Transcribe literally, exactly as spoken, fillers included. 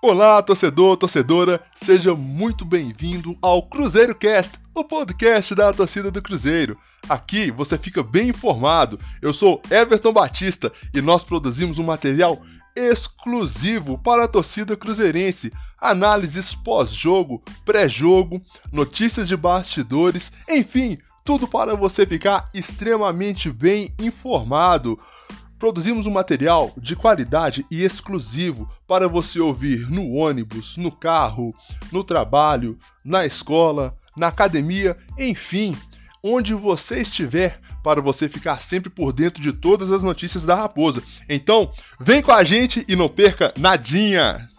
Olá, torcedor, torcedora, seja muito bem-vindo ao Cruzeiro Cast, o podcast da torcida do Cruzeiro. Aqui você fica bem informado. Eu sou Everton Batista e nós produzimos um material exclusivo para a torcida cruzeirense. Análises pós-jogo, pré-jogo, notícias de bastidores, enfim, tudo para você ficar extremamente bem informado. Produzimos um material de qualidade e exclusivo para você ouvir no ônibus, no carro, no trabalho, na escola, na academia, enfim, onde você estiver, para você ficar sempre por dentro de todas as notícias da Raposa. Então, vem com a gente e não perca nadinha!